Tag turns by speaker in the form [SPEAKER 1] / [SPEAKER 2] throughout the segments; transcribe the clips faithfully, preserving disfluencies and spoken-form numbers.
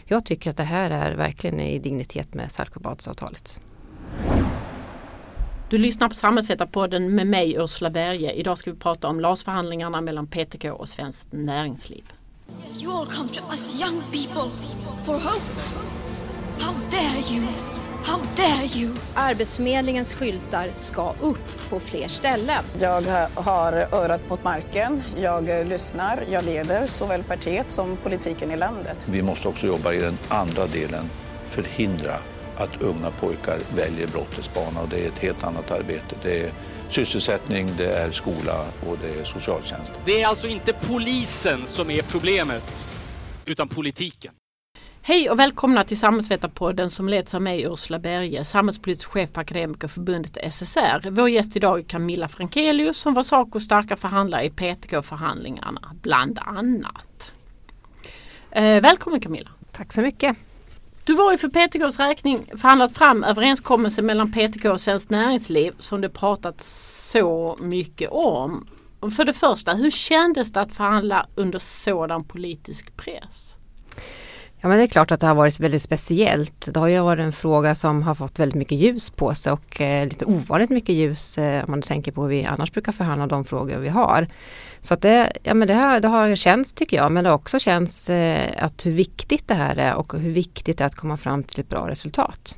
[SPEAKER 1] Jag tycker att det här är verkligen i dignitet med Saltsjöbadsavtalet.
[SPEAKER 2] Du lyssnar på Samhällsvetarpodden med mig, Ursula Berge. Idag ska vi prata om L A S-förhandlingarna mellan P T K och Svenskt Näringsliv.
[SPEAKER 3] You all come to us young people for hope. How dare you? How dare you?
[SPEAKER 4] Arbetsförmedlingens skyltar ska upp på fler ställen.
[SPEAKER 5] Jag har örat mot marken, jag lyssnar, jag leder såväl partiet som politiken i landet.
[SPEAKER 6] Vi måste också jobba i den andra delen, förhindra att unga pojkar väljer brottets bana, och det är ett helt annat arbete. Det är sysselsättning, det är skola och det är socialtjänst.
[SPEAKER 7] Det är alltså inte polisen som är problemet, utan politiken.
[SPEAKER 2] Hej och välkomna till Samhällsvetarpodden som leds av mig, Ursula Berge, samhällspolitisk chef på Akademikerförbundet S S R. Vår gäst idag är Camilla Frankelius som var sak och starka förhandlare i P T K-förhandlingarna, bland annat. Eh, välkommen Camilla.
[SPEAKER 1] Tack så mycket.
[SPEAKER 2] Du var ju för P T K:s räkning förhandlat fram överenskommelsen mellan P T K och Svenskt Näringsliv som det pratat så mycket om. För det första, hur kändes det att förhandla under sådan politisk press?
[SPEAKER 1] Ja, men det är klart att det har varit väldigt speciellt. Det har ju varit en fråga som har fått väldigt mycket ljus på sig och eh, lite ovanligt mycket ljus eh, om man tänker på hur vi annars brukar förhandla de frågor vi har. Så att det, ja, men det, har, det har känts tycker jag, men det har också känts eh, att hur viktigt det här är och hur viktigt det är att komma fram till ett bra resultat.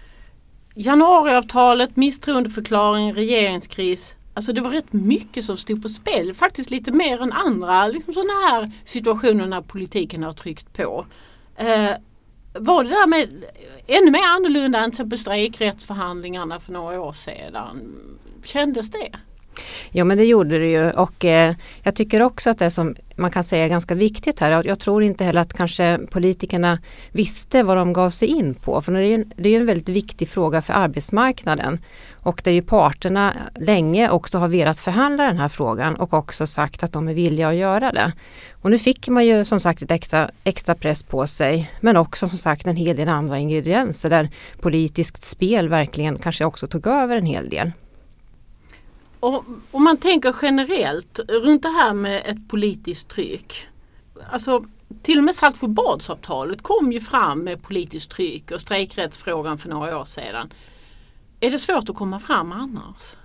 [SPEAKER 2] Januariavtalet, misstroendeförklaring, regeringskris. Alltså det var rätt mycket som stod på spel. Faktiskt lite mer än andra liksom sådana här situationer när politiken har tryckt på. Eh, var det där med ännu mer annorlunda än till exempel strejkrättsförhandlingarna för några år sedan? Kändes det?
[SPEAKER 1] Ja, men det gjorde det ju, och eh, jag tycker också att det som man kan säga är ganska viktigt här, jag tror inte heller att kanske politikerna visste vad de gav sig in på, för det är ju, det är ju en väldigt viktig fråga för arbetsmarknaden, och det är ju parterna länge också har velat förhandla den här frågan och också sagt att de är villiga att göra det. Och nu fick man ju som sagt ett extra, extra press på sig, men också som sagt en hel del andra ingredienser där politiskt spel verkligen kanske också tog över en hel del.
[SPEAKER 2] Och om man tänker generellt runt det här med ett politiskt tryck. Alltså till och med Saltsjöbadsavtalet kom ju fram med politiskt tryck och strejkrättsfrågan för några år sedan. Är det svårt att komma fram annars?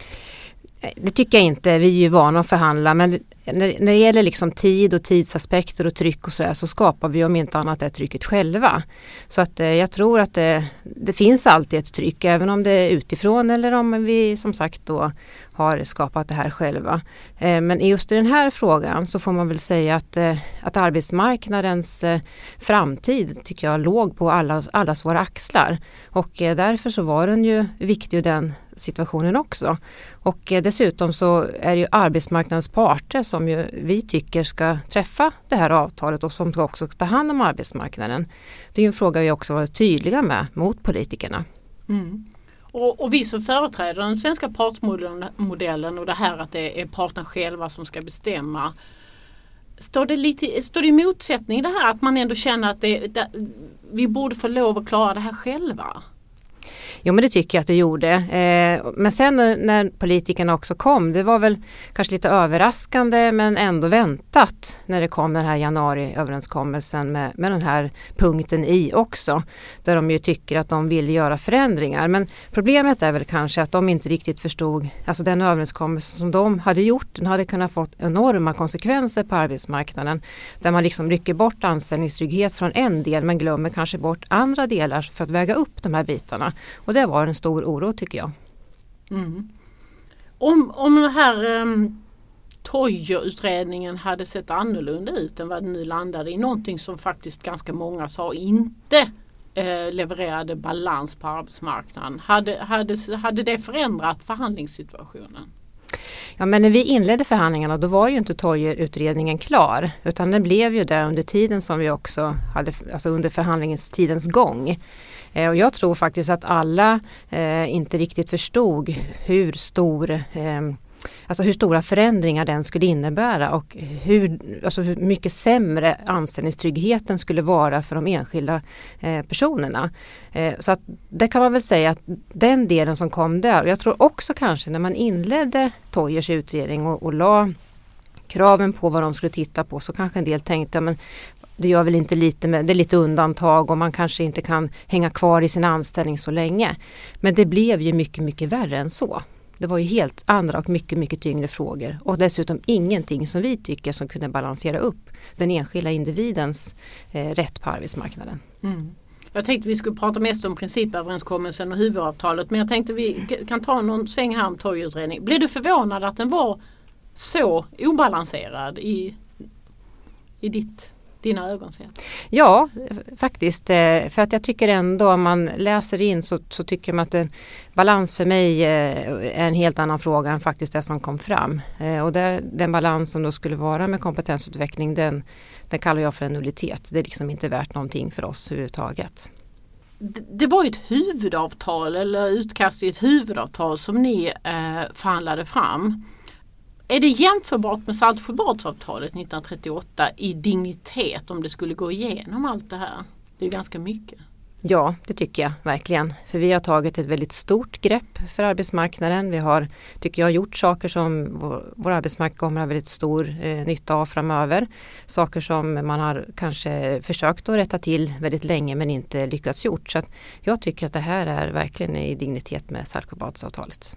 [SPEAKER 1] Det tycker jag inte. Vi är ju vana att förhandla, men när, när det gäller liksom tid och tidsaspekter och tryck och så här, så skapar vi om inte annat det trycket själva. Så att eh, jag tror att det, det finns alltid ett tryck, även om det är utifrån eller om vi som sagt då har skapat det här själva. Eh, men just i den här frågan så får man väl säga att, eh, att arbetsmarknadens eh, framtid tycker jag låg på alla, allas våra axlar. Och eh, därför så var den ju viktig i den situationen också. Och eh, dessutom så är det ju arbetsmarknadens parter som ju vi tycker ska träffa det här avtalet och som ska också ta hand om arbetsmarknaden. Det är ju en fråga vi också varit tydliga med mot politikerna.
[SPEAKER 2] Mm. Och, och vi som företräder den svenska partsmodellen och det här att det är parterna själva som ska bestämma. Står det, lite, står det i motsättning det här att man ändå känner att det, det, vi borde få lov att klara det här själva?
[SPEAKER 1] Jo, men det tycker jag att det gjorde. Eh, men sen när politikerna också kom, det var väl kanske lite överraskande men ändå väntat när det kom den här januariöverenskommelsen med, med den här punkten i också. Där de ju tycker att de vill göra förändringar. Men problemet är väl kanske att de inte riktigt förstod, alltså den överenskommelse som de hade gjort, den hade kunnat fått enorma konsekvenser på arbetsmarknaden. Där man liksom rycker bort anställningstrygghet från en del men glömmer kanske bort andra delar för att väga upp de här bitarna. Och det var en stor oro tycker jag.
[SPEAKER 2] Mm. Om, om den här um, Toijer-utredningen hade sett annorlunda ut än vad den nu landade i, någonting som faktiskt ganska många sa inte eh, levererade balans på arbetsmarknaden. Hade, hade, hade det förändrat förhandlingssituationen?
[SPEAKER 1] Ja, men när vi inledde förhandlingarna då var ju inte Toijer-utredningen klar, utan den blev ju det under tiden som vi också hade, alltså under förhandlingens tidens gång. Eh, och jag tror faktiskt att alla eh, inte riktigt förstod hur stor eh, alltså hur stora förändringar den skulle innebära och hur, alltså hur mycket sämre anställningstryggheten skulle vara för de enskilda eh, personerna. Eh, så att det kan man väl säga att den delen som kom där, och jag tror också kanske när man inledde Toijers utredning och, och la kraven på vad de skulle titta på, så kanske en del tänkte men det gör väl inte lite med, det är lite undantag och man kanske inte kan hänga kvar i sin anställning så länge. Men det blev ju mycket, mycket värre än så. Det var ju helt andra och mycket, mycket tyngre frågor. Och dessutom ingenting som vi tycker som kunde balansera upp den enskilda individens eh, rätt på arbetsmarknaden.
[SPEAKER 2] Mm. Jag tänkte vi skulle prata mest om principöverenskommelsen och huvudavtalet. Men jag tänkte vi kan ta någon sväng här om torgutredning. Blev du förvånad att den var så obalanserad i, i ditt, dina ögon sett?
[SPEAKER 1] Ja, faktiskt. För att jag tycker ändå om man läser in så, så tycker man att en balans för mig är en helt annan fråga än faktiskt det som kom fram. Och där, den balans som då skulle vara med kompetensutveckling, den, den kallar jag för en nullitet. Det är liksom inte värt någonting för oss överhuvudtaget.
[SPEAKER 2] Det, det var ju ett huvudavtal eller utkast i ett huvudavtal som ni eh, förhandlade fram. Är det jämförbart med Saltsjöbadsavtalet nittonhundratrettioåtta i dignitet om det skulle gå igenom allt det här? Det är ganska mycket.
[SPEAKER 1] Ja, det tycker jag verkligen. För vi har tagit ett väldigt stort grepp för arbetsmarknaden. Vi har, tycker jag, gjort saker som vår, vår arbetsmarknad kommer att ha väldigt stor eh, nytta av framöver. Saker som man har kanske försökt att rätta till väldigt länge men inte lyckats gjort. Så att jag tycker att det här är verkligen i dignitet med Saltsjöbadsavtalet.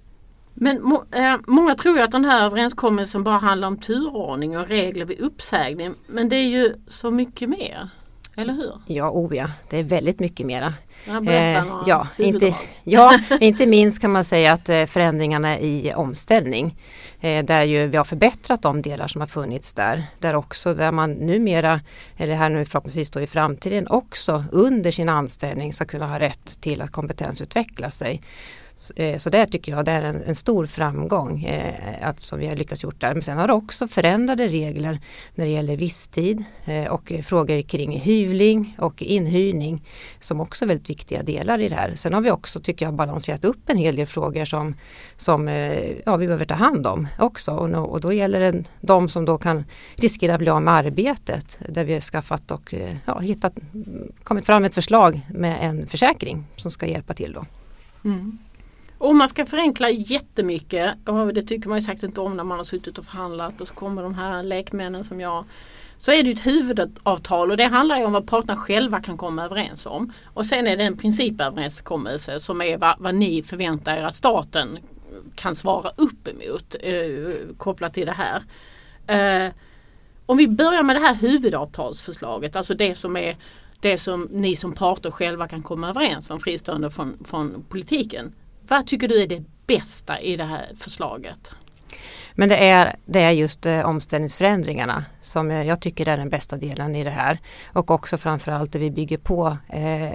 [SPEAKER 2] Men må, eh, många tror ju att den här överenskommelsen bara handlar om turordning och regler vid uppsägning. Men det är ju så mycket mer, eller hur?
[SPEAKER 1] Ja, oh ja, det är väldigt mycket mera.
[SPEAKER 2] Ja, berätta
[SPEAKER 1] eh, ja, inte, ja, inte minst kan man säga att eh, förändringarna i omställning. Eh, där ju vi har förbättrat de delar som har funnits där. Där också där man numera, eller här nu förhoppningsvis då i framtiden också under sin anställning ska kunna ha rätt till att kompetensutveckla sig. Så det tycker jag det är en, en stor framgång eh, att, som vi har lyckats gjort där. Men sen har det också förändrade regler när det gäller visstid eh, och frågor kring hyvling och inhyrning som också är väldigt viktiga delar i det här. Sen har vi också, tycker jag, balanserat upp en hel del frågor som, som eh, ja, vi behöver ta hand om också. Och, och då gäller det de som då kan riskera att bli av med arbetet där vi har skaffat och ja, hittat, kommit fram med ett förslag med en försäkring som ska hjälpa till då.
[SPEAKER 2] Mm. Och man ska förenkla jättemycket, och det tycker man ju sagt inte om när man har suttit och förhandlat och så kommer de här lekmännen som jag, så är det ju ett huvudavtal och det handlar ju om vad parterna själva kan komma överens om. Och sen är det en principöverenskommelse som är vad, vad ni förväntar er att staten kan svara upp emot eh, kopplat till det här. Eh, om vi börjar med det här huvudavtalsförslaget, alltså det som är det som ni som parter själva kan komma överens om fristående från, från politiken. Vad tycker du är det bästa i det här förslaget?
[SPEAKER 1] Men det är, det är just eh, omställningsförändringarna som jag, jag tycker är den bästa delen i det här. Och också framförallt det vi bygger på eh,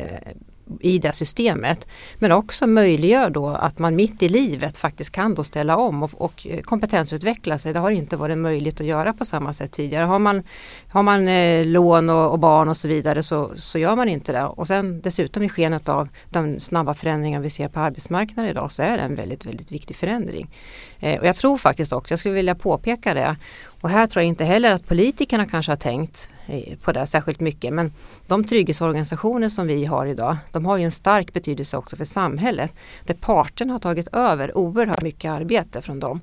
[SPEAKER 1] i det systemet. Men också möjliggör då att man mitt i livet faktiskt kan då ställa om och, och kompetensutveckla sig. Det har inte varit möjligt att göra på samma sätt tidigare. Har man, har man eh, lån och, och barn och så vidare så, så gör man inte det. Och sen dessutom i skenet av den snabba förändringen vi ser på arbetsmarknaden idag så är det en väldigt, väldigt viktig förändring. Eh, och jag tror faktiskt också, jag skulle vilja påpeka det, och här tror jag inte heller att politikerna kanske har tänkt på det särskilt mycket. Men de trygghetsorganisationer som vi har idag, de har ju en stark betydelse också för samhället. Där parterna har tagit över oerhört mycket arbete från dem.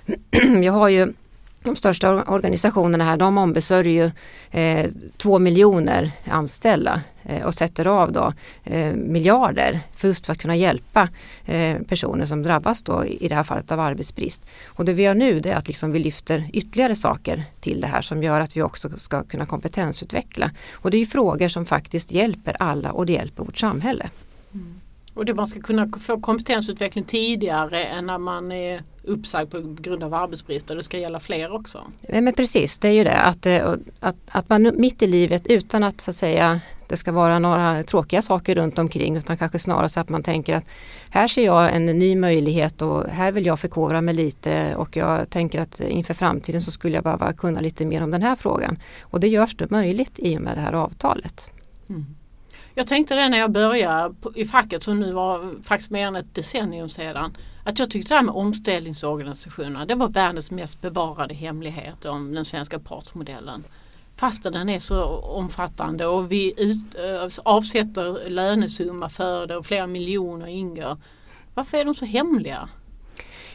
[SPEAKER 1] Jag har ju de största organisationerna här, de ombesörjer ju eh, två miljoner anställda eh, och sätter av då eh, miljarder för just för att kunna hjälpa eh, personer som drabbas då i det här fallet av arbetsbrist. Och det vi gör nu det är att liksom vi lyfter ytterligare saker till det här som gör att vi också ska kunna kompetensutveckla. Och det är ju frågor som faktiskt hjälper alla och det hjälper vårt samhälle.
[SPEAKER 2] Mm. Och det man ska kunna få kompetensutveckling tidigare än när man är uppsagd på grund av arbetsbrist och det ska gälla fler också.
[SPEAKER 1] Men precis, det är ju det att, att, att man mitt i livet utan att, så att säga det ska vara några tråkiga saker runt omkring utan kanske snarare så att man tänker att här ser jag en ny möjlighet och här vill jag förkovra mig lite och jag tänker att inför framtiden så skulle jag behöva kunna lite mer om den här frågan. Och det görs då möjligt i och med det här avtalet.
[SPEAKER 2] Mm. Jag tänkte det när jag började i facket som nu var faktiskt mer än ett decennium sedan. Att jag tyckte det här med omställningsorganisationerna, det var världens mest bevarade hemlighet om den svenska partsmodellen. Fast den är så omfattande och vi ut, äh, avsätter lönesumma för det och flera miljoner ingår. Varför är de så hemliga?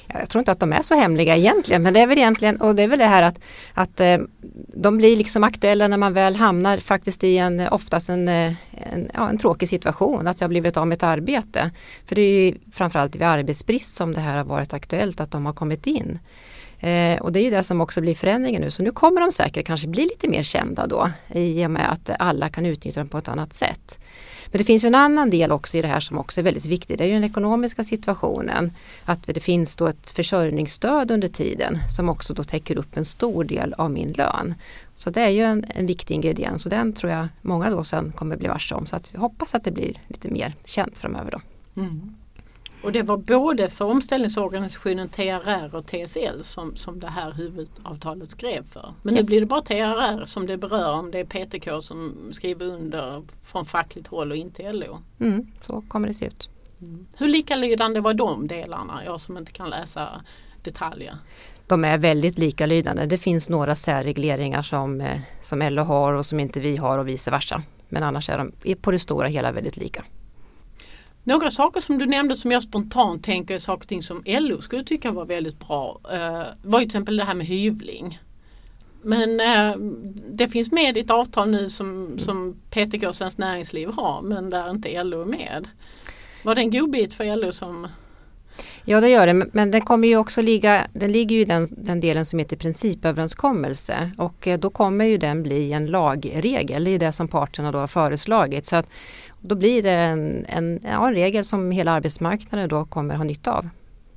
[SPEAKER 1] Jag tror inte att de är så hemliga egentligen, men det är väl egentligen, och det är väl det här att, att eh, de blir liksom aktuella när man väl hamnar faktiskt i en, oftast en, en, ja, en tråkig situation, att jag har blivit av med ett arbete. För det är ju framförallt vid arbetsbrist som det här har varit aktuellt, att de har kommit in. Eh, och det är ju det som också blir förändringen nu. Så nu kommer de säkert kanske bli lite mer kända då, i och med att alla kan utnyttja dem på ett annat sätt. Men det finns ju en annan del också i det här som också är väldigt viktig. Det är ju den ekonomiska situationen. Att det finns då ett försörjningsstöd under tiden som också då täcker upp en stor del av min lön. Så det är ju en, en viktig ingrediens, och den tror jag många då sen kommer bli varse om. Så att vi hoppas att det blir lite mer känt framöver då.
[SPEAKER 2] Mm. Och det var både för omställningsorganisationen T R R och T S L som, som det här huvudavtalet skrev för. Men yes. Nu blir det bara T R R som det berör, om det är P T K som skriver under från fackligt håll och inte L O.
[SPEAKER 1] Mm, så kommer det se ut.
[SPEAKER 2] Mm. Hur likalydande var de delarna, jag som inte kan läsa detaljer?
[SPEAKER 1] De är väldigt likalydande. Det finns några särregleringar som, som L O har och som inte vi har och vice versa. Men annars är de på det stora hela väldigt lika.
[SPEAKER 2] Några saker som du nämnde som jag spontant tänker är saker och ting som L O skulle tycka var väldigt bra. Uh, var ju till exempel det här med hyvling. Men uh, det finns med i ett avtal nu som, som P T K och Svenskt Näringsliv har, men där inte L O är med. Var det en god bit för L O som...
[SPEAKER 1] Ja, det gör det, men den kommer ju också ligga, den ligger ju i den, den delen som heter principöverenskommelse, och då kommer ju den bli en lagregel. Det är ju det som parterna då har föreslagit, så att då blir det en, en, ja, en regel som hela arbetsmarknaden då kommer ha nytta av.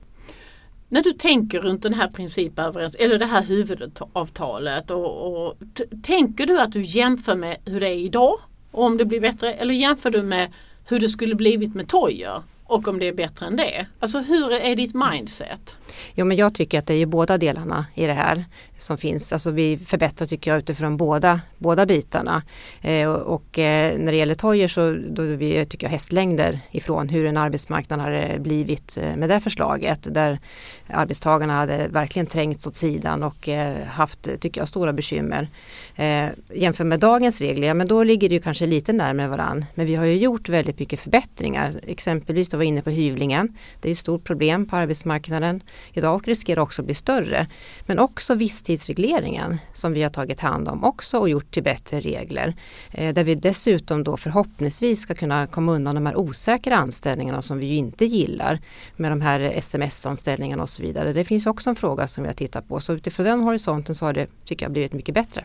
[SPEAKER 2] När du tänker runt den här principöverenskommelsen eller det här huvudavtalet, och, och t- tänker du att du jämför med hur det är idag och om det blir bättre, eller jämför du med hur det skulle blivit med Toijer och om det är bättre än det? Alltså hur är ditt mindset?
[SPEAKER 1] Jo, men jag tycker att det är ju båda delarna i det här som finns. Alltså vi förbättrar tycker jag utifrån båda, båda bitarna. Eh, och, och eh, när det gäller Toijer så då vi tycker jag hästlängder ifrån hur en arbetsmarknad har blivit eh, med det förslaget. Där arbetstagarna hade verkligen trängts åt sidan och eh, haft, tycker jag, stora bekymmer. Eh, jämför med dagens regler, men då ligger det ju kanske lite närmare varann. Men vi har ju gjort väldigt mycket förbättringar. Exempelvis då var inne på hyvlingen. Det är ett stort problem på arbetsmarknaden idag och riskerar också att bli större. Men också visstidsregleringen som vi har tagit hand om också och gjort till bättre regler. Eh, där vi dessutom då förhoppningsvis ska kunna komma undan de här osäkra anställningarna som vi ju inte gillar med de här sms-anställningarna och så vidare. Det finns också en fråga som vi har tittat på. Så utifrån den horisonten så har det, tycker jag, blivit mycket bättre.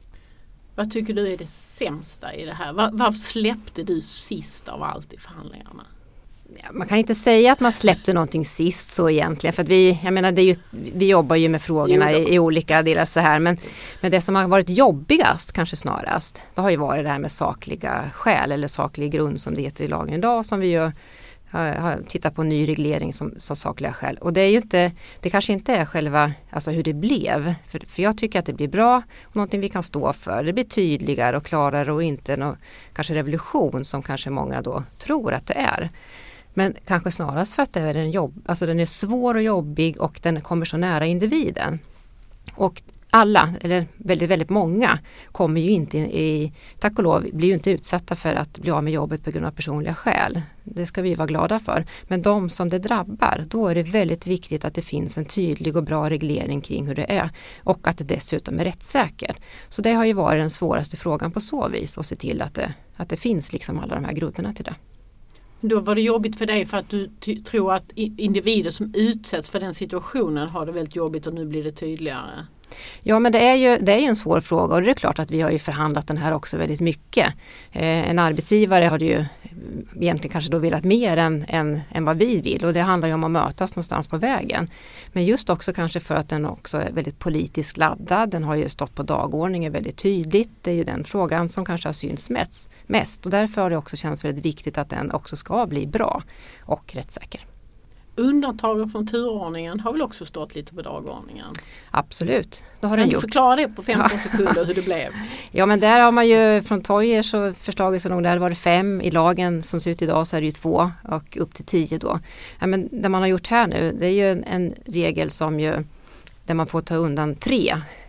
[SPEAKER 2] Vad tycker du är det sämsta i det här? Var, varför släppte du sist av allt i förhandlingarna?
[SPEAKER 1] Man kan inte säga att man släppte någonting sist så egentligen, för att vi, jag menar, det är ju, vi jobbar ju med frågorna i, i olika delar så här, men, men det som har varit jobbigast kanske snarast, det har ju varit det här med sakliga skäl eller saklig grund som det heter i lagen idag, som vi ju har tittat på en ny reglering som, som sakliga skäl. Och det är ju inte, det kanske inte är själva, alltså hur det blev, för, för jag tycker att det blir bra och någonting vi kan stå för. Det blir tydligare och klarare och inte någon kanske revolution som kanske många då tror att det är. Men kanske snarast för att det är en jobb, alltså den är svår och jobbig och den kommer så nära individen. Och alla, eller väldigt, väldigt många, kommer ju inte i, tack och lov, blir ju inte utsatta för att bli av med jobbet på grund av personliga skäl. Det ska vi vara glada för. Men de som det drabbar, då är det väldigt viktigt att det finns en tydlig och bra reglering kring hur det är. Och att det dessutom är rättssäkert. Så det har ju varit den svåraste frågan på så vis, att se till att det, att det finns liksom alla de här grunderna till det.
[SPEAKER 2] Då var det jobbigt för dig för att du ty- tror att individer som utsätts för den situationen har det väldigt jobbigt och nu blir det tydligare.
[SPEAKER 1] Ja, men det är ju, det är ju en svår fråga, och det är klart att vi har ju förhandlat den här också väldigt mycket. Eh, en arbetsgivare har ju egentligen kanske då velat mer än, än, än vad vi vill, och det handlar ju om att mötas någonstans på vägen. Men just också kanske för att den också är väldigt politiskt laddad, den har ju stått på dagordningen väldigt tydligt. Det är ju den frågan som kanske har synts mest, mest och därför har det också känts väldigt viktigt att den också ska bli bra och rättssäker.
[SPEAKER 2] Undantagen från turordningen har väl också stått lite på dagordningen?
[SPEAKER 1] Absolut, det har
[SPEAKER 2] kan
[SPEAKER 1] den
[SPEAKER 2] du
[SPEAKER 1] gjort.
[SPEAKER 2] Förklara det på femton sekunder hur det blev?
[SPEAKER 1] Ja, men där har man ju från Toijer så förslaget så nog där var det fem, i lagen som ser ut idag så är det ju två och upp till tio då. Ja, men det man har gjort här nu, det är ju en, en regel som ju där man får ta undan tre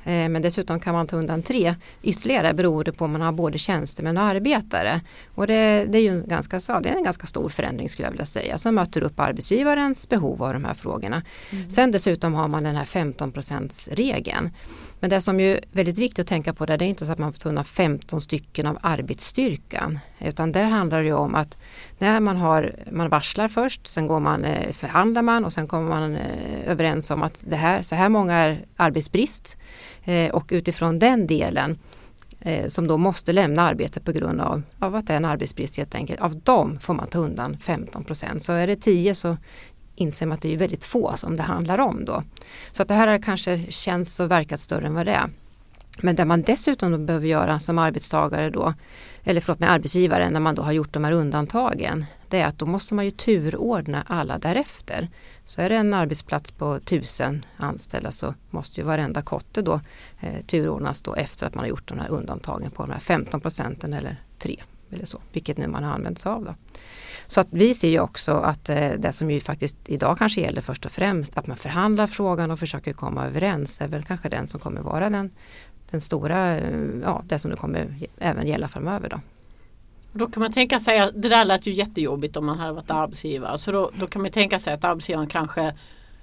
[SPEAKER 1] Eh, men dessutom kan man ta undan tre ytterligare beroende på om man har både tjänstemän och arbetare. Och det, det är ju en ganska, det är en ganska stor förändring skulle jag vilja säga, som möter upp arbetsgivarens behov av de här frågorna. Mm. Sen dessutom har man den här femton procents-regeln. Men det som är väldigt viktigt att tänka på det, det är inte så att man får ta undan femton stycken av arbetsstyrkan. Utan där handlar det ju om att när man, har, man varslar först, sen går man, eh, förhandlar man och sen kommer man eh, överens om att det här, så här många är arbetsbrist. Eh, och utifrån den delen eh, som då måste lämna arbetet på grund av, av att det är en arbetsbrist helt enkelt. Av dem får man ta undan femton procent. Så är det tio så inser man att det är väldigt få som det handlar om då. Så att det här kanske känns och verkat större än vad det är. Men det man dessutom då behöver göra som arbetstagare då, eller förlåt med arbetsgivare när man då har gjort de här undantagen, det är att då måste man ju turordna alla därefter. Så är det en arbetsplats på tusen anställda så måste ju varenda kotte då eh, turordnas då efter att man har gjort de här undantagen på de här femton procenten eller tre eller så, vilket nu man har använt sig av då. Så att vi ser ju också att eh, det som ju faktiskt idag kanske gäller först och främst att man förhandlar frågan och försöker komma överens är väl kanske den som kommer vara den, den stora, ja det som det kommer även gälla framöver då.
[SPEAKER 2] Då kan man tänka sig att det där lät ju jättejobbigt om man hade varit arbetsgivare. Så då, då kan man tänka sig att arbetsgivaren kanske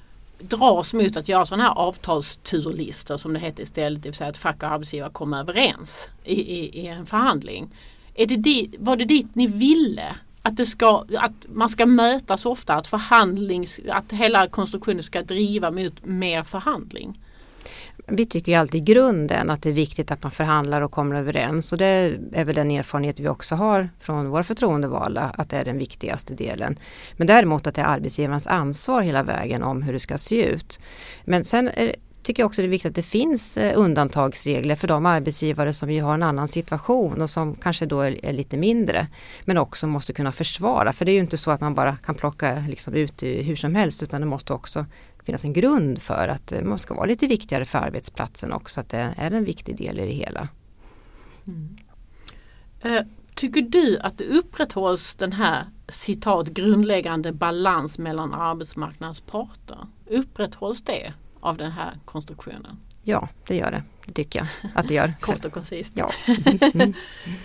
[SPEAKER 2] dras mot att göra sådana här avtalsturlistor som det heter istället. Det vill säga att fack och arbetsgivare kommer överens i, i, i en förhandling. Är det dit, var det dit ni ville? Att, det ska, att man ska mötas ofta, att, förhandlings, att hela konstruktionen ska driva mot mer förhandling?
[SPEAKER 1] Vi tycker ju alltid i grunden att det är viktigt att man förhandlar och kommer överens. Och det är väl den erfarenhet vi också har från våra förtroendevalda att det är den viktigaste delen. Men däremot att det är arbetsgivarens ansvar hela vägen om hur det ska se ut. Men sen är, tycker jag också det är viktigt att det finns undantagsregler för de arbetsgivare som vi har en annan situation och som kanske då är, är lite mindre. Men också måste kunna försvara. För det är ju inte så att man bara kan plocka liksom ut hur som helst utan det måste också finnas en grund för att man ska vara lite viktigare för arbetsplatsen också. Att det är en viktig del i det hela.
[SPEAKER 2] Mm. Eh, tycker du att det upprätthålls den här citat grundläggande balans mellan arbetsmarknadens parter? Upprätthålls det av den här konstruktionen?
[SPEAKER 1] Ja, det gör det. Det tycker jag att det gör.
[SPEAKER 2] Kort och koncist.
[SPEAKER 1] Ja. Mm.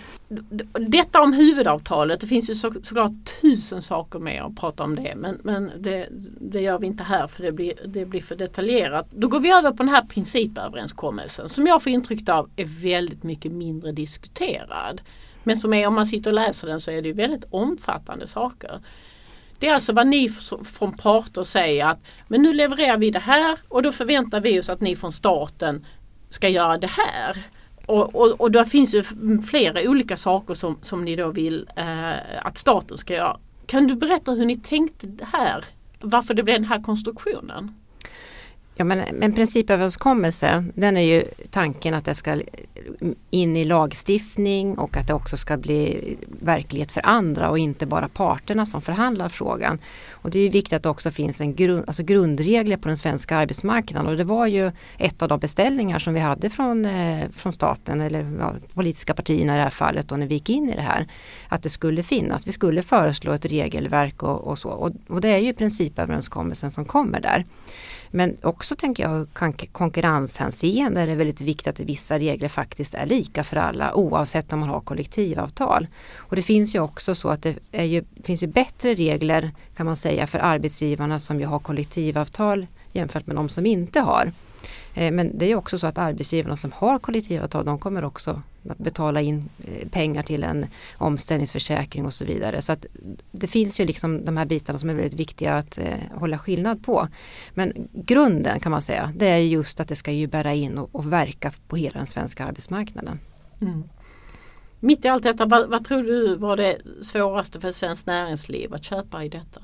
[SPEAKER 2] Detta om huvudavtalet, det finns ju så, såklart tusen saker med att prata om det, men, men det, det gör vi inte här för det blir, det blir för detaljerat. Då går vi över på den här principöverenskommelsen som jag får intryck av är väldigt mycket mindre diskuterad. Men som är, om man sitter och läser den så är det ju väldigt omfattande saker. Det är alltså vad ni från parter säger att men nu levererar vi det här och då förväntar vi oss att ni från staten ska göra det här. Och, och, och då finns ju flera olika saker som, som ni då vill eh, att staten ska göra. Kan du berätta hur ni tänkte här? Varför det blev den här konstruktionen?
[SPEAKER 1] Ja, men en principöverenskommelse, den är ju tanken att det ska in i lagstiftning och att det också ska bli verklighet för andra och inte bara parterna som förhandlar frågan. Och det är ju viktigt att det också finns en grund, alltså grundregler på den svenska arbetsmarknaden och det var ju ett av de beställningar som vi hade från, eh, från staten eller ja, politiska partierna i det här fallet och när vi gick in i det här att det skulle finnas. Vi skulle föreslå ett regelverk och, och så och, och det är ju principöverenskommelsen som kommer där. Men också tänker jag konkurrenshänseende är det väldigt viktigt att vissa regler faktiskt är lika för alla oavsett om man har kollektivavtal. Och det finns ju också så att det är ju, finns ju bättre regler kan man säga för arbetsgivarna som ju har kollektivavtal jämfört med de som inte har. Men det är också så att arbetsgivarna som har kollektivavtal de kommer också att betala in pengar till en omställningsförsäkring och så vidare. Så att det finns ju liksom de här bitarna som är väldigt viktiga att eh, hålla skillnad på. Men grunden kan man säga det är just att det ska ju bära in och, och verka på hela den svenska arbetsmarknaden.
[SPEAKER 2] Mm. Mitt i allt detta, vad, vad tror du var det svåraste för svenskt näringsliv att köpa i detta?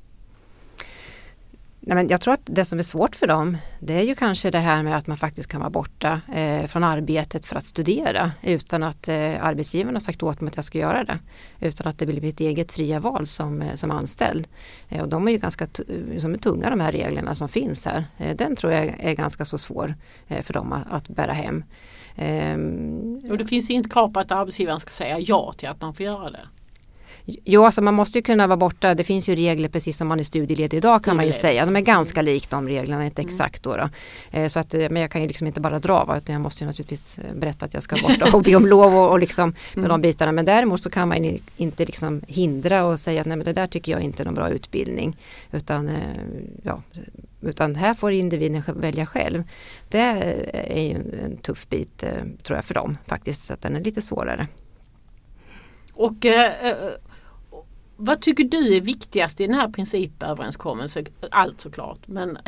[SPEAKER 1] Nej, men jag tror att det som är svårt för dem det är ju kanske det här med att man faktiskt kan vara borta eh, från arbetet för att studera utan att eh, arbetsgivarna sagt åt mig att jag ska göra det. Utan att det blir mitt eget fria val som, eh, som anställd. Eh, och de är ju ganska t- som är tunga de här reglerna som finns här. Eh, den tror jag är ganska så svår eh, för dem att, att bära hem. Eh,
[SPEAKER 2] och det finns inte krav på att arbetsgivaren ska säga ja till att man får göra det?
[SPEAKER 1] Jo, alltså man måste ju kunna vara borta. Det finns ju regler precis som man är studieledig idag kan man ju säga. De är ganska lik de reglerna, inte exakt då. då. Eh, så att, men jag kan ju liksom inte bara dra, va, utan jag måste ju naturligtvis berätta att jag ska borta och be om lov och, och liksom med mm. de bitarna. Men däremot så kan man inte liksom hindra och säga att nej, men det där tycker jag inte är någon bra utbildning. Utan, eh, ja, utan här får individen välja själv. Det är ju en, en tuff bit eh, tror jag för dem faktiskt. Så att den är lite svårare.
[SPEAKER 2] Och eh, vad tycker du är viktigast i den här principöverenskommelsen? Allt såklart, men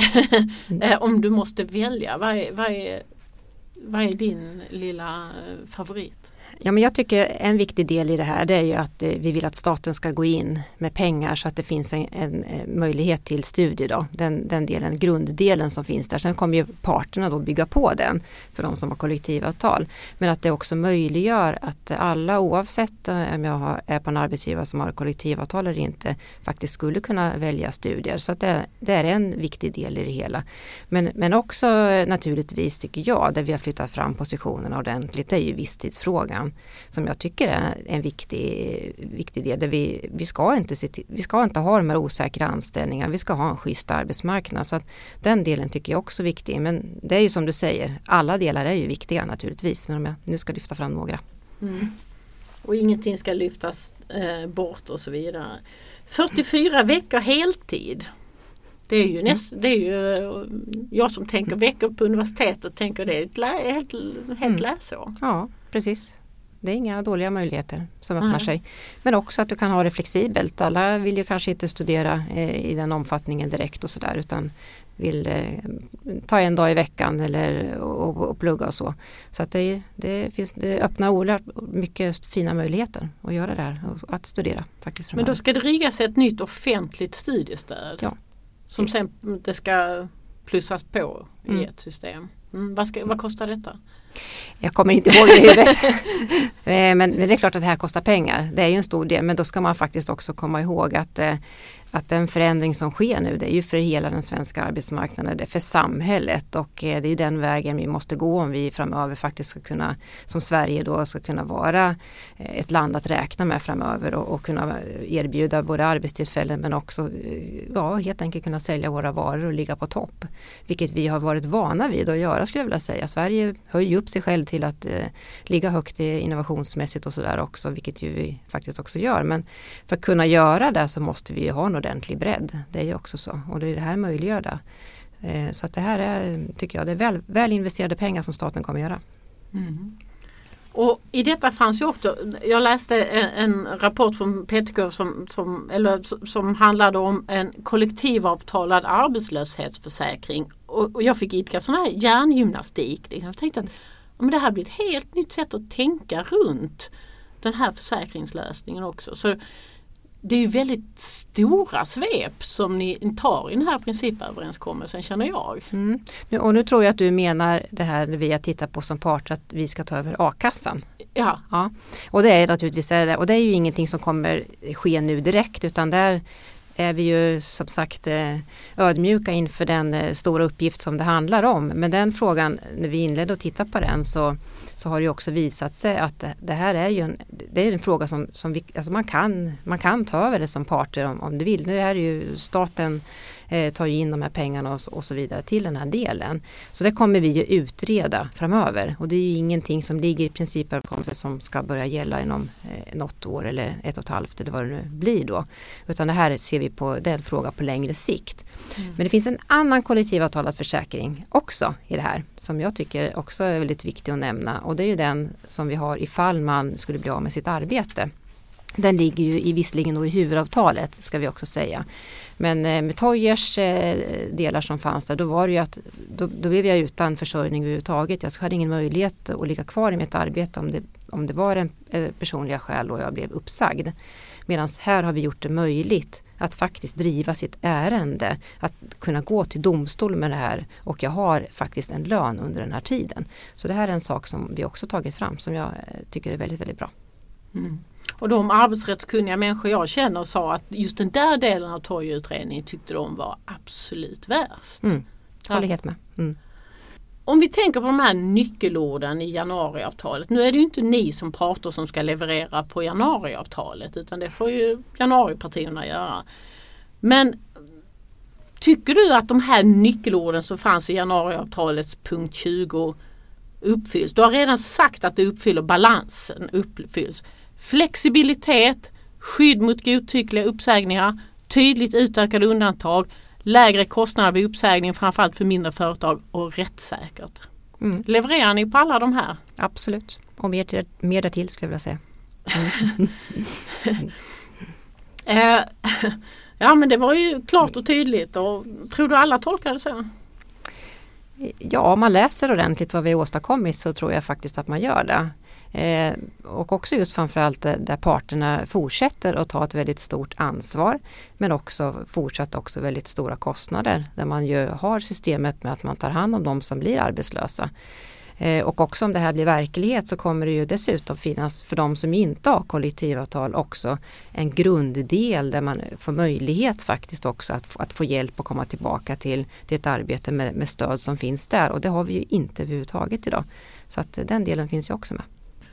[SPEAKER 2] mm. om du måste välja, vad är, vad, är, vad är din lilla favorit?
[SPEAKER 1] Ja, men jag tycker en viktig del i det här det är ju att eh, vi vill att staten ska gå in med pengar så att det finns en, en, en möjlighet till studier då. Den, den delen, grunddelen som finns där. Sen kommer ju parterna då bygga på den för de som har kollektivavtal. Men att det också möjliggör att alla oavsett om jag har, är på en arbetsgivare som har kollektivavtal eller inte faktiskt skulle kunna välja studier. Så att det, det är en viktig del i det hela. Men, men också naturligtvis tycker jag där vi har flyttat fram positionerna ordentligt det är ju visstidsfrågan. Som jag tycker är en viktig, viktig del. Där vi, vi, ska inte se till, vi ska inte ha de här osäkra anställningarna. Vi ska ha en schysst arbetsmarknad. Så att den delen tycker jag också är viktig. Men det är ju som du säger, alla delar är ju viktiga naturligtvis. Men om jag nu ska lyfta fram några.
[SPEAKER 2] Mm. Och ingenting ska lyftas eh, bort och så vidare. fyrtiofyra veckor heltid. Det är ju, näst, det är ju jag som tänker veckor på universitetet tänker det är ett lä, helt, helt mm. läsår.
[SPEAKER 1] Ja, precis. Det är inga dåliga möjligheter som öppnar mm. sig. Men också att du kan ha det flexibelt. Alla vill ju kanske inte studera eh, i den omfattningen direkt och sådär utan vill eh, ta en dag i veckan eller och, och plugga och så. Så att det, det, finns, det öppnar oerhört mycket fina möjligheter att göra det här och att studera faktiskt.
[SPEAKER 2] Men då ska det riggas ett nytt offentligt studiestöd. Ja. Som precis. Sen det ska plussas på mm. i ett system. Mm, vad, ska, vad kostar detta?
[SPEAKER 1] Jag kommer inte ihåg det i huvudet. men, men det är klart att det här kostar pengar. Det är ju en stor del. Men då ska man faktiskt också komma ihåg att, eh, att den förändring som sker nu det är ju för hela den svenska arbetsmarknaden. Det är för samhället och eh, det är ju den vägen vi måste gå om vi framöver faktiskt ska kunna, som Sverige då ska kunna vara eh, ett land att räkna med framöver och, och kunna erbjuda både arbetstillfällen men också eh, ja, helt enkelt kunna sälja våra varor och ligga på topp. Vilket vi har varit vana vid att göra skulle jag vilja säga. Sverige höjer upp sig själv till att eh, ligga högt innovationsmässigt och sådär också, vilket ju vi faktiskt också gör. Men för att kunna göra det så måste vi ha en ordentlig bredd. Det är ju också så. Och det är det här möjliggör det. Eh, så att det här är, tycker jag, det är väl, väl investerade pengar som staten kommer göra.
[SPEAKER 2] Mm. Och i detta fanns ju också, jag läste en, en rapport från P T K som, som, eller, som handlade om en kollektivavtalad arbetslöshetsförsäkring. Och, och jag fick idka sån här hjärngymnastik. Jag tänkte att men det här blir ett helt nytt sätt att tänka runt den här försäkringslösningen också. Så det är ju väldigt stora svep som ni tar i den här principöverenskommelsen känner jag.
[SPEAKER 1] Mm. Och nu tror jag att du menar det här när vi har tittat på som part att vi ska ta över a-kassan.
[SPEAKER 2] Ja.
[SPEAKER 1] Ja. Och det är naturligtvis det. Och det är ju ingenting som kommer ske nu direkt utan där är vi ju som sagt ödmjuka inför den stora uppgift som det handlar om. Men den frågan, när vi inledde att titta på den så, så har det ju också visat sig att det här är ju en, det är en fråga som, som vi, alltså man, kan, man kan ta över det som parter om, om du vill. Nu är det ju staten eh, tar ju in de här pengarna och, och så vidare till den här delen. Så det kommer vi ju utreda framöver. Och det är ju ingenting som ligger i principöverenskommelsen som ska börja gälla inom eh, något år eller ett och ett halvt eller vad det nu blir då. Utan det här ser vi på, det är en fråga på längre sikt. Mm. Men det finns en annan kollektivavtalad försäkring också i det här som jag tycker också är väldigt viktig att nämna. Och det är ju den som vi har ifall man skulle bli av med sitt arbete. Den ligger ju i visserligen då i huvudavtalet ska vi också säga. Men eh, med Toyers eh, delar som fanns där, då var det ju att då, då blev jag utan försörjning överhuvudtaget. Jag hade ingen möjlighet att ligga kvar i mitt arbete om det, om det var en eh, personliga skäl och jag blev uppsagd. Medan här har vi gjort det möjligt att faktiskt driva sitt ärende, att kunna gå till domstol med det här och jag har faktiskt en lön under den här tiden. Så det här är en sak som vi också tagit fram som jag tycker är väldigt, väldigt bra.
[SPEAKER 2] Mm. Och de arbetsrättskunniga människor jag känner sa att just den där delen av Toy-utredningen tyckte de var absolut värst.
[SPEAKER 1] Mm. Håller helt med. Mm.
[SPEAKER 2] om vi tänker på de här nyckelorden i januariavtalet. Nu är det ju inte ni som parter som ska leverera på januariavtalet, utan det får ju januaripartierna göra. Men tycker du att de här nyckelorden som fanns i januariavtalets punkt tjugo uppfylls? Du har redan sagt att det uppfyller balansen, uppfylls. Flexibilitet, skydd mot godtyckliga uppsägningar, tydligt utökade undantag, lägre kostnader vid uppsägning, framförallt för mindre företag, och rättssäkert. Mm. Levererar ni på alla de här?
[SPEAKER 1] Absolut. Och mer, till, mer därtill skulle jag vilja säga. Mm.
[SPEAKER 2] eh, ja, men det var ju klart och tydligt. Och tror du alla tolkar det så?
[SPEAKER 1] Ja, om man läser ordentligt vad vi har åstadkommit så tror jag faktiskt att man gör det. Eh, och också just framförallt där parterna fortsätter att ta ett väldigt stort ansvar, men också fortsatt också väldigt stora kostnader där man ju har systemet med att man tar hand om de som blir arbetslösa. Eh, och också om det här blir verklighet så kommer det ju dessutom finnas för de som inte har kollektivavtal också en grunddel där man får möjlighet faktiskt också att, att få hjälp att komma tillbaka till, till ett arbete med, med stöd som finns där, och det har vi ju inte överhuvudtaget idag. Så att den delen finns ju också med.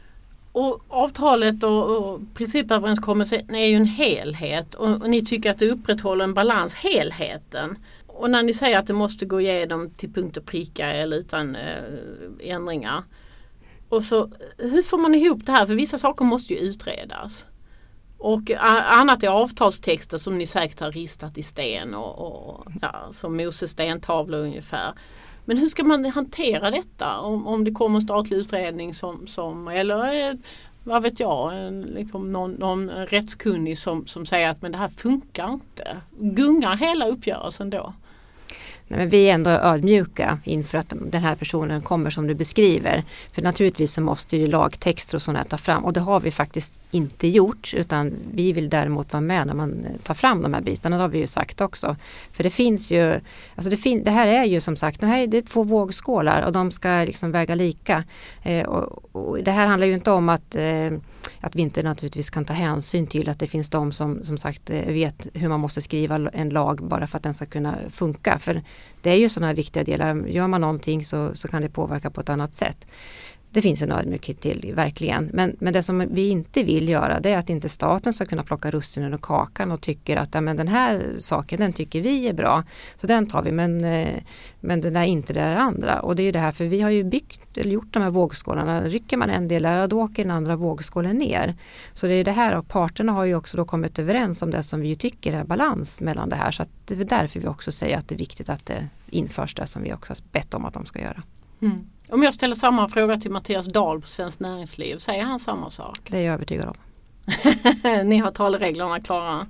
[SPEAKER 2] Och avtalet och, och principöverenskommelsen är ju en helhet, och, och ni tycker att det upprätthåller en balans, helheten. Och när ni säger att det måste gå igenom till punkt och pricka eller utan eh, ändringar. Och så, hur får man ihop det här? För vissa saker måste ju utredas. Och a, annat är avtalstexter som ni säkert har ristat i sten och, och ja, som Moses stentavlor ungefär. Men hur ska man hantera detta om, om det kommer en statlig utredning som, som eller vad vet jag, en, liksom någon, någon rättskunnig som, som säger att men det här funkar inte. Gungar hela uppgörelsen då?
[SPEAKER 1] Nej, men vi är ändå ödmjuka inför att den här personen kommer som du beskriver. För naturligtvis så måste ju lagtexter och sådana här ta fram. Och det har vi faktiskt inte gjort, utan vi vill däremot vara med när man tar fram de här bitarna. Det har vi ju sagt också. För det finns ju, alltså det, fin- det här är ju som sagt, det, här är, det är två vågskålar och de ska liksom väga lika. Eh, och, och det här handlar ju inte om att, eh, att vi inte naturligtvis kan ta hänsyn till att det finns de som som sagt vet hur man måste skriva en lag bara för att den ska kunna funka. För det är ju sådana här viktiga delar. Gör man någonting så, så kan det påverka på ett annat sätt. Det finns en ödmjukhet till, verkligen. Men, men det som vi inte vill göra, det är att inte staten ska kunna plocka russinen och kakan och tycker att ja, men den här saken, den tycker vi är bra. Så den tar vi, men, men den är inte det andra. Och det är ju det här, för vi har ju byggt eller gjort de här vågskålarna. Rycker man en del där, då åker den andra vågskålen ner. Så det är det här, och parterna har ju också då kommit överens om det som vi ju tycker är balans mellan det här. Så att det är därför vi också säger att det är viktigt att det införs det som vi också har bett om att de ska göra.
[SPEAKER 2] Mm. Om jag ställer samma fråga till Mattias Dahl på Svenskt Näringsliv, säger han samma sak?
[SPEAKER 1] Det är jag övertygad om.
[SPEAKER 2] Ni har talereglerna klara?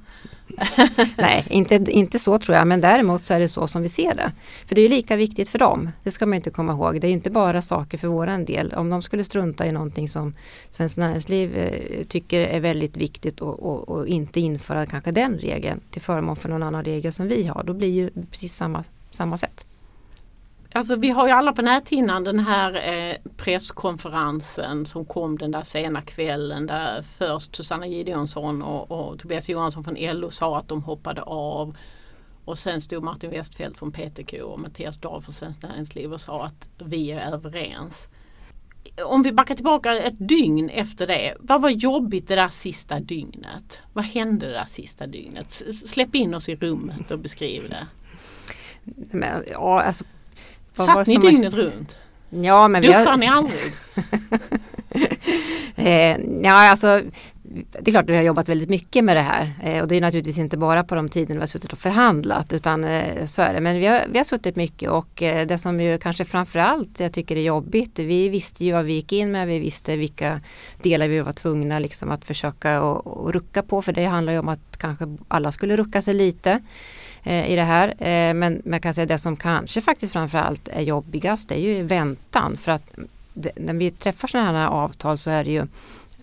[SPEAKER 1] Nej, inte, inte så tror jag, men däremot så är det så som vi ser det. För det är ju lika viktigt för dem, det ska man inte komma ihåg. Det är inte bara saker för våran del. Om de skulle strunta i någonting som Svenskt Näringsliv eh, tycker är väldigt viktigt och, och, och inte införa kanske den regeln till förmån för någon annan regel som vi har, då blir ju precis samma, samma sätt.
[SPEAKER 2] Alltså vi har ju alla på näthinnan den här eh, presskonferensen som kom den där sena kvällen där först Susanna Gideonsson och, och Tobias Johansson från L O sa att de hoppade av, och sen stod Martin Westfeldt från P T K och Mattias Dahl från Svenskt Näringsliv och sa att vi är överens. Om vi backar tillbaka ett dygn efter det, vad var jobbigt det där sista dygnet? Vad hände det där sista dygnet? Släpp in oss i rummet och beskriv det.
[SPEAKER 1] Men, ja, alltså
[SPEAKER 2] satt ni dygnet man... runt?
[SPEAKER 1] Ja, men
[SPEAKER 2] duschar
[SPEAKER 1] vi har...
[SPEAKER 2] ni aldrig?
[SPEAKER 1] eh, ja, alltså det är klart att vi har jobbat väldigt mycket med det här. Eh, och det är naturligtvis inte bara på de tiderna vi har suttit och förhandlat, utan eh, så är det. Men vi har, vi har suttit mycket, och eh, det som ju kanske framförallt jag tycker är jobbigt, vi visste ju vad vi gick in med, vi visste vilka delar vi var tvungna liksom, att försöka och, och rucka på, för det handlar ju om att kanske alla skulle rucka sig lite i det här. Men man kan säga det som kanske faktiskt framförallt är jobbigast är ju väntan. För att det, när vi träffar sådana här avtal så är det ju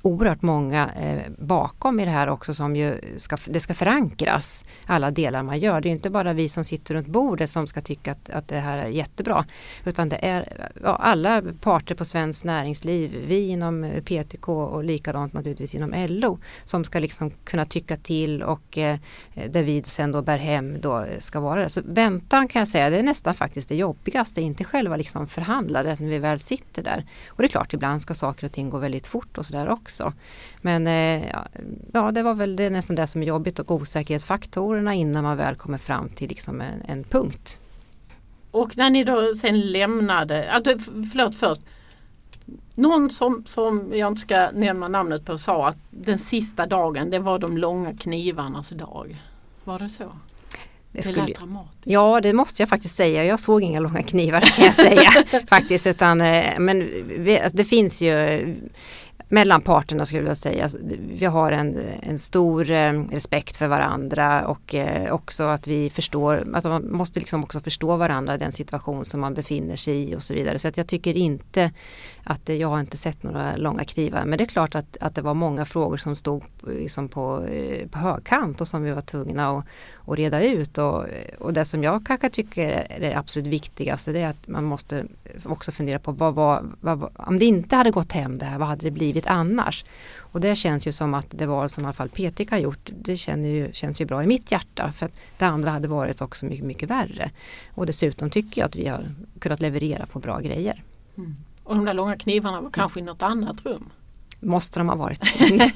[SPEAKER 1] oerhört många eh, bakom i det här också som ju ska, det ska förankras alla delar man gör. Det är ju inte bara vi som sitter runt bordet som ska tycka att, att det här är jättebra, utan det är ja, alla parter på svensk näringsliv, vi inom P T K och likadant naturligtvis inom L O som ska liksom kunna tycka till och eh, där vi sen då bär hem då ska vara det. Så väntan kan jag säga, det är nästan faktiskt det jobbigaste, inte själva liksom förhandlandet när vi väl sitter där. Och det är klart, ibland ska saker och ting gå väldigt fort och sådär också. Men eh, ja, det var väl det nästan det som är jobbigt och osäkerhetsfaktorerna innan man väl kommer fram till liksom en, en punkt.
[SPEAKER 2] Och när ni då sen lämnade, alltså, förlåt först, någon som, som jag inte ska nämna namnet på sa att den sista dagen, det var de långa knivarnas dag. Var det så?
[SPEAKER 1] Det skulle,
[SPEAKER 2] det dramatiskt.
[SPEAKER 1] Ja, det måste jag faktiskt säga. Jag såg inga långa knivar kan jag säga faktiskt. Utan, men vi, det finns ju mellan parterna skulle jag säga. Vi har en, en stor respekt för varandra och också att vi förstår, att man måste liksom också förstå varandra i den situation som man befinner sig i och så vidare. Så att jag tycker inte att jag har inte sett några långa knivar. Men det är klart att, att det var många frågor som stod liksom på, på högkant och som vi var tvungna att, att reda ut. Och, och det som jag kanske tycker är det absolut viktigaste, det är att man måste också fundera på vad var, vad, om det inte hade gått hem det här, vad hade det blivit annars? Och det känns ju som att det var som i alla fall P T K har gjort. Det känns ju, känns ju bra i mitt hjärta, för att det andra hade varit också mycket, mycket värre. Och dessutom tycker jag att vi har kunnat leverera på bra grejer.
[SPEAKER 2] Mm. Och de där långa knivarna var kanske i något annat rum?
[SPEAKER 1] Måste de ha varit.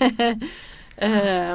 [SPEAKER 2] uh,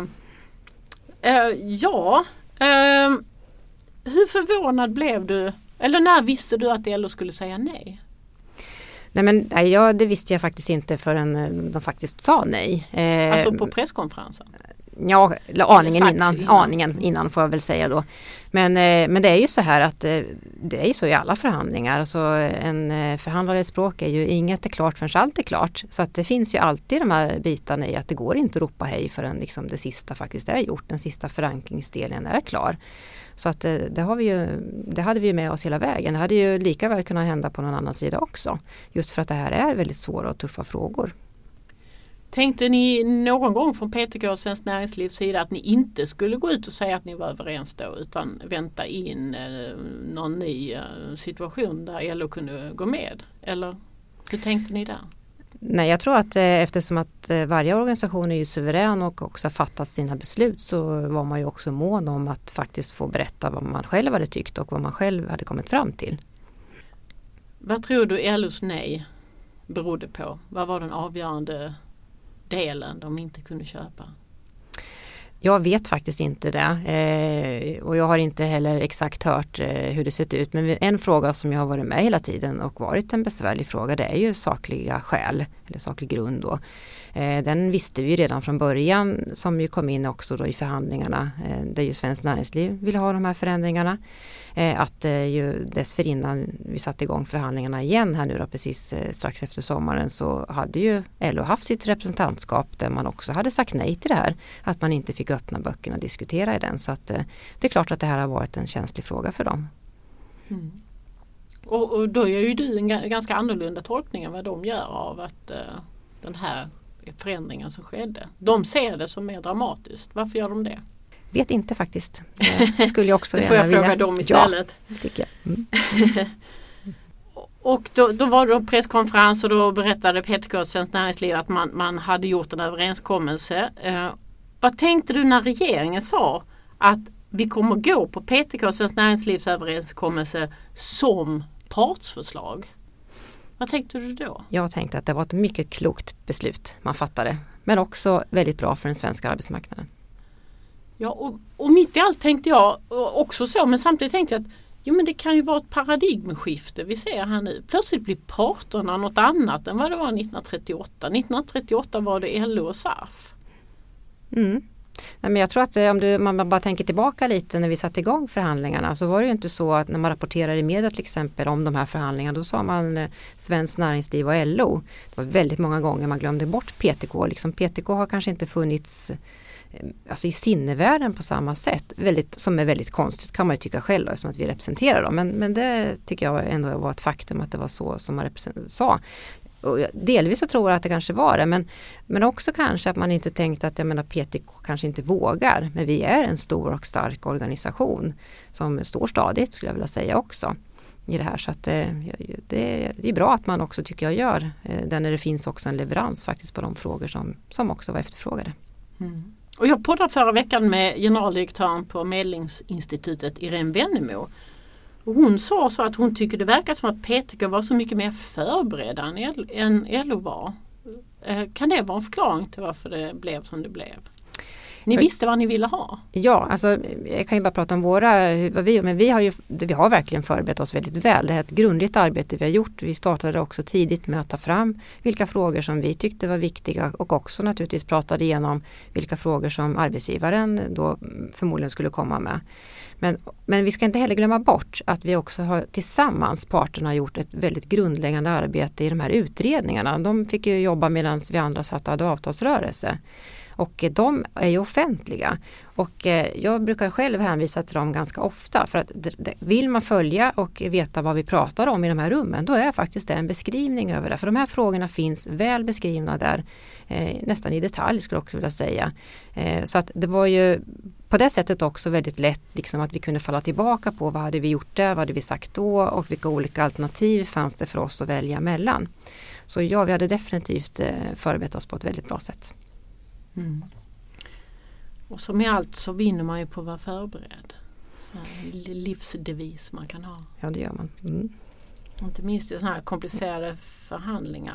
[SPEAKER 2] uh, ja, uh, hur förvånad blev du? Eller när visste du att L O skulle säga nej?
[SPEAKER 1] Nej, men nej, ja, det visste jag faktiskt inte förrän de faktiskt sa nej.
[SPEAKER 2] Eh, alltså på presskonferensen?
[SPEAKER 1] Ja, aningen innan,
[SPEAKER 2] innan.
[SPEAKER 1] aningen innan får jag väl säga då. Men, eh, men det är ju så här att eh, det är ju så i alla förhandlingar. Alltså en eh, förhandlares språk är ju inget är klart förrän allt är klart. Så att det finns ju alltid de här bitarna i att det går inte att ropa hej förrän liksom det sista faktiskt är gjort. Den sista förankringsdelen är klar. Så att det, det, har vi ju, det hade vi ju med oss hela vägen. Det hade ju lika väl kunnat hända på någon annan sida också. Just för att det här är väldigt svåra och tuffa frågor.
[SPEAKER 2] Tänkte ni någon gång från P T K och Svenskt Näringslivs sida att ni inte skulle gå ut och säga att ni var överens då, utan vänta in eh, någon ny eh, situation där L O kunde gå med? Eller hur tänkte ni där?
[SPEAKER 1] Nej, jag tror att eh, eftersom att eh, varje organisation är ju suverän och också har fattat sina beslut, så var man ju också mån om att faktiskt få berätta vad man själv hade tyckt och vad man själv hade kommit fram till. Vad
[SPEAKER 2] tror du L O:s nej berodde på? Vad var den avgörande delen de inte kunde köpa?
[SPEAKER 1] Jag vet faktiskt inte det eh, och jag har inte heller exakt hört eh, hur det sett ut. Men en fråga som jag har varit med hela tiden och varit en besvärlig fråga, det är ju sakliga skäl eller saklig grund då. Eh, den visste vi redan från början, som ju kom in också då i förhandlingarna eh, där ju Svenskt Näringsliv ville ha de här förändringarna. Eh, att eh, ju dessförinnan vi satte igång förhandlingarna igen här nu då, precis eh, strax efter sommaren, så hade ju L O haft sitt representantskap där man också hade sagt nej till det här. Att man inte fick öppna böckerna och diskutera i den. Så att eh, det är klart att det här har varit en känslig fråga för dem.
[SPEAKER 2] Mm. Och, och då gör ju du en g- ganska annorlunda tolkning än vad de gör av att eh, den här förändringen som skedde. De ser det som mer dramatiskt. Varför gör de det?
[SPEAKER 1] Vet inte faktiskt. Det skulle jag också
[SPEAKER 2] det får jag
[SPEAKER 1] vilja.
[SPEAKER 2] fråga dem istället.
[SPEAKER 1] Ja, tycker jag. Mm.
[SPEAKER 2] Och då, då var det en presskonferens och då berättade P T K och Svenskt Näringsliv att man, man hade gjort en överenskommelse. Eh, vad tänkte du när regeringen sa att vi kommer gå på P T K och Svenskt Näringslivs överenskommelse som partsförslag? Vad tänkte du då? Jag
[SPEAKER 1] tänkte att det var ett mycket klokt beslut man fattade. Men också väldigt bra för den svenska arbetsmarknaden.
[SPEAKER 2] Ja, och, och mitt i allt tänkte jag också så, men samtidigt tänkte jag att jo, men det kan ju vara ett paradigmskifte vi ser här nu. Plötsligt blir parterna något annat än vad det var nittonhundratrettioåtta. nittonhundratrettioåtta var det L O och S A F.
[SPEAKER 1] Mm. Nej, men jag tror att om du, man bara tänker tillbaka lite när vi satte igång förhandlingarna, så var det ju inte så att när man rapporterar i media till exempel om de här förhandlingarna, då sa man eh, Svenskt Näringsliv och L O. Det var väldigt många gånger man glömde bort P T K. Liksom P T K har kanske inte funnits alltså i sinnevärlden på samma sätt, väldigt, som är väldigt konstigt kan man ju tycka själv som att vi representerar dem, men, men det tycker jag ändå var ett faktum att det var så som man sa. och delvis så tror jag att det kanske var det, men, men också kanske att man inte tänkte att jag menar, P T K kanske inte vågar, men vi är en stor och stark organisation som står stadigt, skulle jag vilja säga också i det här, så att det, det, det är bra att man också tycker jag gör det när det finns också en leverans faktiskt på de frågor som, som också var efterfrågade.
[SPEAKER 2] Mm. Och jag poddade förra veckan med generaldirektören på Medlingsinstitutet Irene Wennemo. Och hon sa så att hon tycker det verkar som att P T K var så mycket mer förberedda än L O var. Kan det vara en förklaring till varför det blev som det blev? Ni visste vad ni ville ha?
[SPEAKER 1] Ja, alltså jag kan ju bara prata om våra, vad vi, men vi har ju vi har verkligen förberett oss väldigt väl. Det är ett grundligt arbete vi har gjort. Vi startade också tidigt med att ta fram vilka frågor som vi tyckte var viktiga och också naturligtvis pratade igenom vilka frågor som arbetsgivaren då förmodligen skulle komma med. Men, men vi ska inte heller glömma bort att vi också har tillsammans, parterna, gjort ett väldigt grundläggande arbete i de här utredningarna. De fick ju jobba medan vi andra satt och hade avtalsrörelse. Och de är ju offentliga. Och jag brukar själv hänvisa till dem ganska ofta. För att vill man följa och veta vad vi pratar om i de här rummen, då är faktiskt det en beskrivning över det. För de här frågorna finns väl beskrivna där, eh, nästan i detalj skulle jag också vilja säga. Eh, så att det var ju på det sättet också väldigt lätt liksom, att vi kunde falla tillbaka på vad hade vi gjort där, vad hade vi sagt då och vilka olika alternativ fanns det för oss att välja mellan. Så ja, vi hade definitivt eh, förberett oss på ett väldigt bra sätt.
[SPEAKER 2] Mm. Och som i allt så vinner man ju på att vara förberedd. Så här livsdevis man kan ha.
[SPEAKER 1] Ja, det gör man. Mm.
[SPEAKER 2] Inte minst i sådana här komplicerade förhandlingar.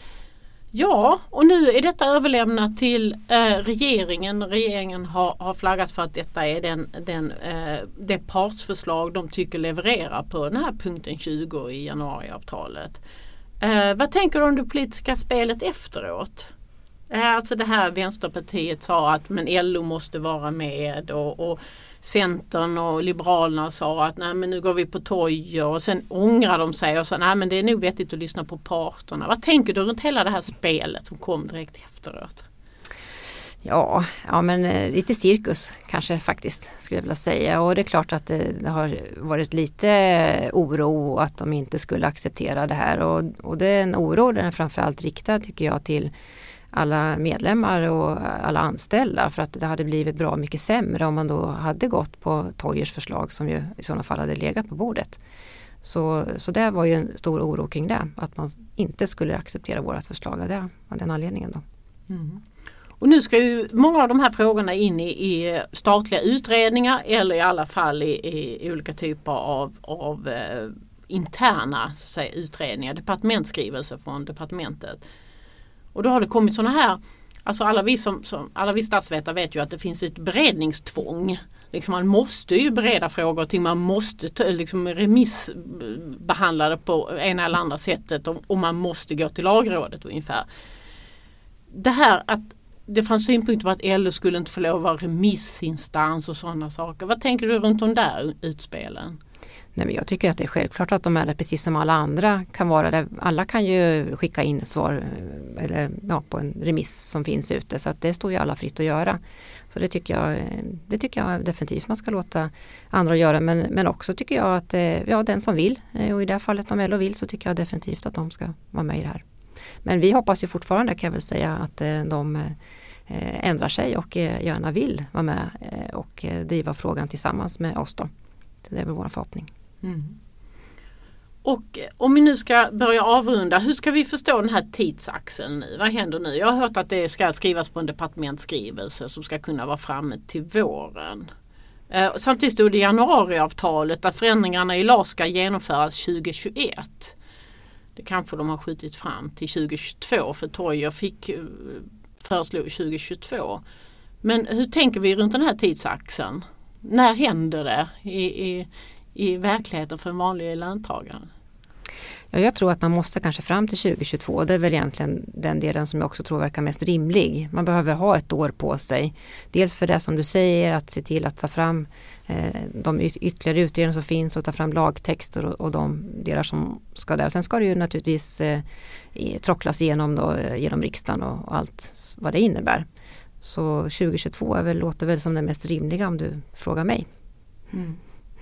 [SPEAKER 2] Ja, och nu är detta överlämnat till eh, regeringen. Regeringen har, har flaggat för att detta är den, den, eh, det partsförslag de tycker levererar på den här punkten tjugo i januariavtalet. Eh, vad tänker du om det politiska spelet efteråt? Alltså det här Vänsterpartiet sa att men L O måste vara med och, och Centern och Liberalerna sa att nej men nu går vi på toj och sen ångrar de sig och sa nej men det är nog vettigt att lyssna på parterna. Vad tänker du runt hela det här spelet som kom direkt efteråt?
[SPEAKER 1] Ja, ja men eh, lite cirkus kanske faktiskt skulle jag vilja säga, och det är klart att det, det har varit lite oro att de inte skulle acceptera det här, och, och det är en oro den är framförallt riktad tycker jag till alla medlemmar och alla anställda, för att det hade blivit bra mycket sämre om man då hade gått på Toijers förslag som ju i sådana fall hade legat på bordet. Så, så det var ju en stor oro kring det, att man inte skulle acceptera vårt förslag av, det, av den anledningen då.
[SPEAKER 2] Mm. Och nu ska ju många av de här frågorna in i, i statliga utredningar eller i alla fall i, i olika typer av, av eh, interna så att säga, utredningar, departementsskrivelser från departementet. Och då har det kommit sådana här, alltså alla vi som, som alla vi statsvetare vet ju att det finns ett beredningstvång. Liksom man måste ju bereda frågor och ting, man måste liksom remissbehandla det på ena eller andra sättet och, och man måste gå till lagrådet ungefär. Det här att det fanns synpunkter på att L O skulle inte få lov att vara remissinstans och sådana saker. Vad tänker du runt de där utspelen?
[SPEAKER 1] Nej, men jag tycker att det är självklart att de är det precis som alla andra kan vara det. Alla kan ju skicka in svar eller, ja, på en remiss som finns ute, så att det står ju alla fritt att göra. Så det tycker jag, det tycker jag definitivt man ska låta andra göra, men, men också tycker jag att ja, den som vill, och i det här fallet om L O vill, så tycker jag definitivt att de ska vara med i det här. Men vi hoppas ju fortfarande, kan jag väl säga, att de ändrar sig och gärna vill vara med och driva frågan tillsammans med oss då. Det är väl vår förhoppning.
[SPEAKER 2] Mm. Och om vi nu ska börja avrunda, hur ska vi förstå den här tidsaxeln nu? Vad händer nu? Jag har hört att det ska skrivas på en departementsskrivelse som ska kunna vara framme till våren. Eh, samtidigt stod det i januariavtalet att förändringarna i L A S ska genomföras tjugohundratjugoett. Det kanske de har skjutit fram till tjugohundratjugotvå, för Toijer fick uh, föreslå tjugohundratjugotvå. Men hur tänker vi runt den här tidsaxeln? När händer det i, i, i verkligheten för en vanlig löntagare?
[SPEAKER 1] Ja, jag tror att man måste kanske fram till tjugohundratjugotvå. Det är väl egentligen den delen som jag också tror verkar mest rimlig. Man behöver ha ett år på sig. Dels för det som du säger, att se till att ta fram eh, de ytterligare utredningar som finns och ta fram lagtexter och, och de delar som ska där. Sen ska det ju naturligtvis eh, trocklas igenom då, genom riksdagen och, och allt vad det innebär. Så tjugohundratjugotvå är väl, låter väl som det mest rimliga om du frågar mig.
[SPEAKER 2] Mm.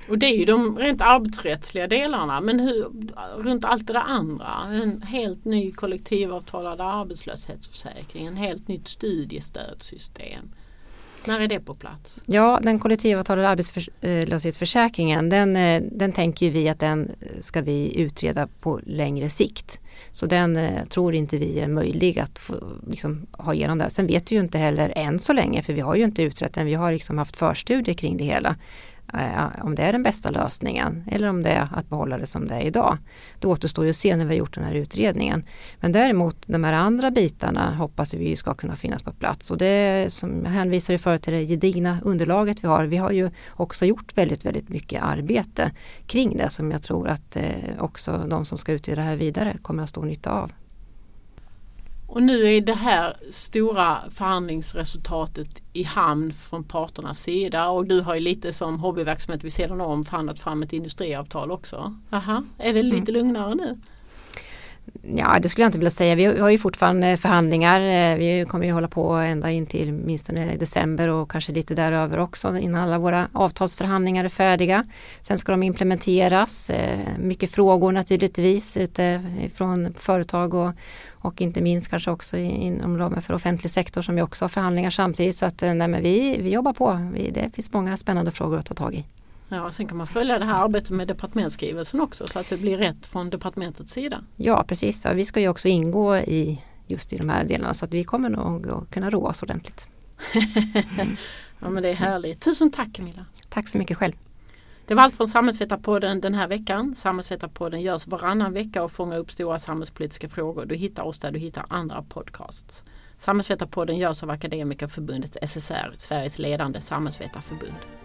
[SPEAKER 2] Och det är ju de rent arbetsrättsliga delarna, men hur, runt allt det där andra, en helt ny kollektivavtalad arbetslöshetsförsäkring, en helt nytt studiestödssystem. När är det på plats?
[SPEAKER 1] Ja, den kollektivavtalade arbetslöshetsförsäkringen, den, den tänker vi att den ska vi utreda på längre sikt. Så den eh, tror inte vi är möjlig att få, liksom, ha igenom det. Sen vet vi ju inte heller än så länge, för vi har ju inte utrett den. Vi har liksom haft förstudier kring det hela. Eh, om det är den bästa lösningen eller om det är att behålla det som det är idag. Det återstår ju att se när vi har gjort den här utredningen. Men däremot de här andra bitarna hoppas vi ska kunna finnas på plats. Och det som jag hänvisar förut till det gedigna underlaget vi har. Vi har ju också gjort väldigt, väldigt mycket arbete kring det som jag tror att eh, också de som ska utreda det här vidare kommer att ha stor nytta av.
[SPEAKER 2] Och nu är det här stora förhandlingsresultatet i hamn från parternas sida, och du har ju lite som hobbyverksamhet vid sidan om förhandlat fram ett industriavtal också. Aha. Är det lite mm. lugnare nu?
[SPEAKER 1] Ja, det skulle jag inte vilja säga. Vi har ju fortfarande förhandlingar. Vi kommer ju hålla på ända in till minst december och kanske lite däröver också innan alla våra avtalsförhandlingar är färdiga. Sen ska de implementeras. Mycket frågor naturligtvis ute från företag och, och inte minst kanske också inom ramen för offentlig sektor som ju också har förhandlingar samtidigt. Så att nej, men vi, vi jobbar på. Vi, det finns många spännande frågor att ta tag i.
[SPEAKER 2] Ja, sen kan man följa det här arbetet med departementsskrivelsen också så att det blir rätt från departementets sida.
[SPEAKER 1] Ja, precis. Ja, vi ska ju också ingå i just i de här delarna så att vi kommer nog att kunna roa oss ordentligt.
[SPEAKER 2] Mm. Ja, men det är härligt. Tusen tack Camilla.
[SPEAKER 1] Tack så mycket själv.
[SPEAKER 2] Det var allt från Samhällsvetarpodden den här veckan. Samhällsvetarpodden görs varannan vecka och fångar upp stora samhällspolitiska frågor. Du hittar oss där du hittar andra podcasts. Samhällsvetarpodden görs av Akademikerförbundet S S R, Sveriges ledande samhällsvetarförbund.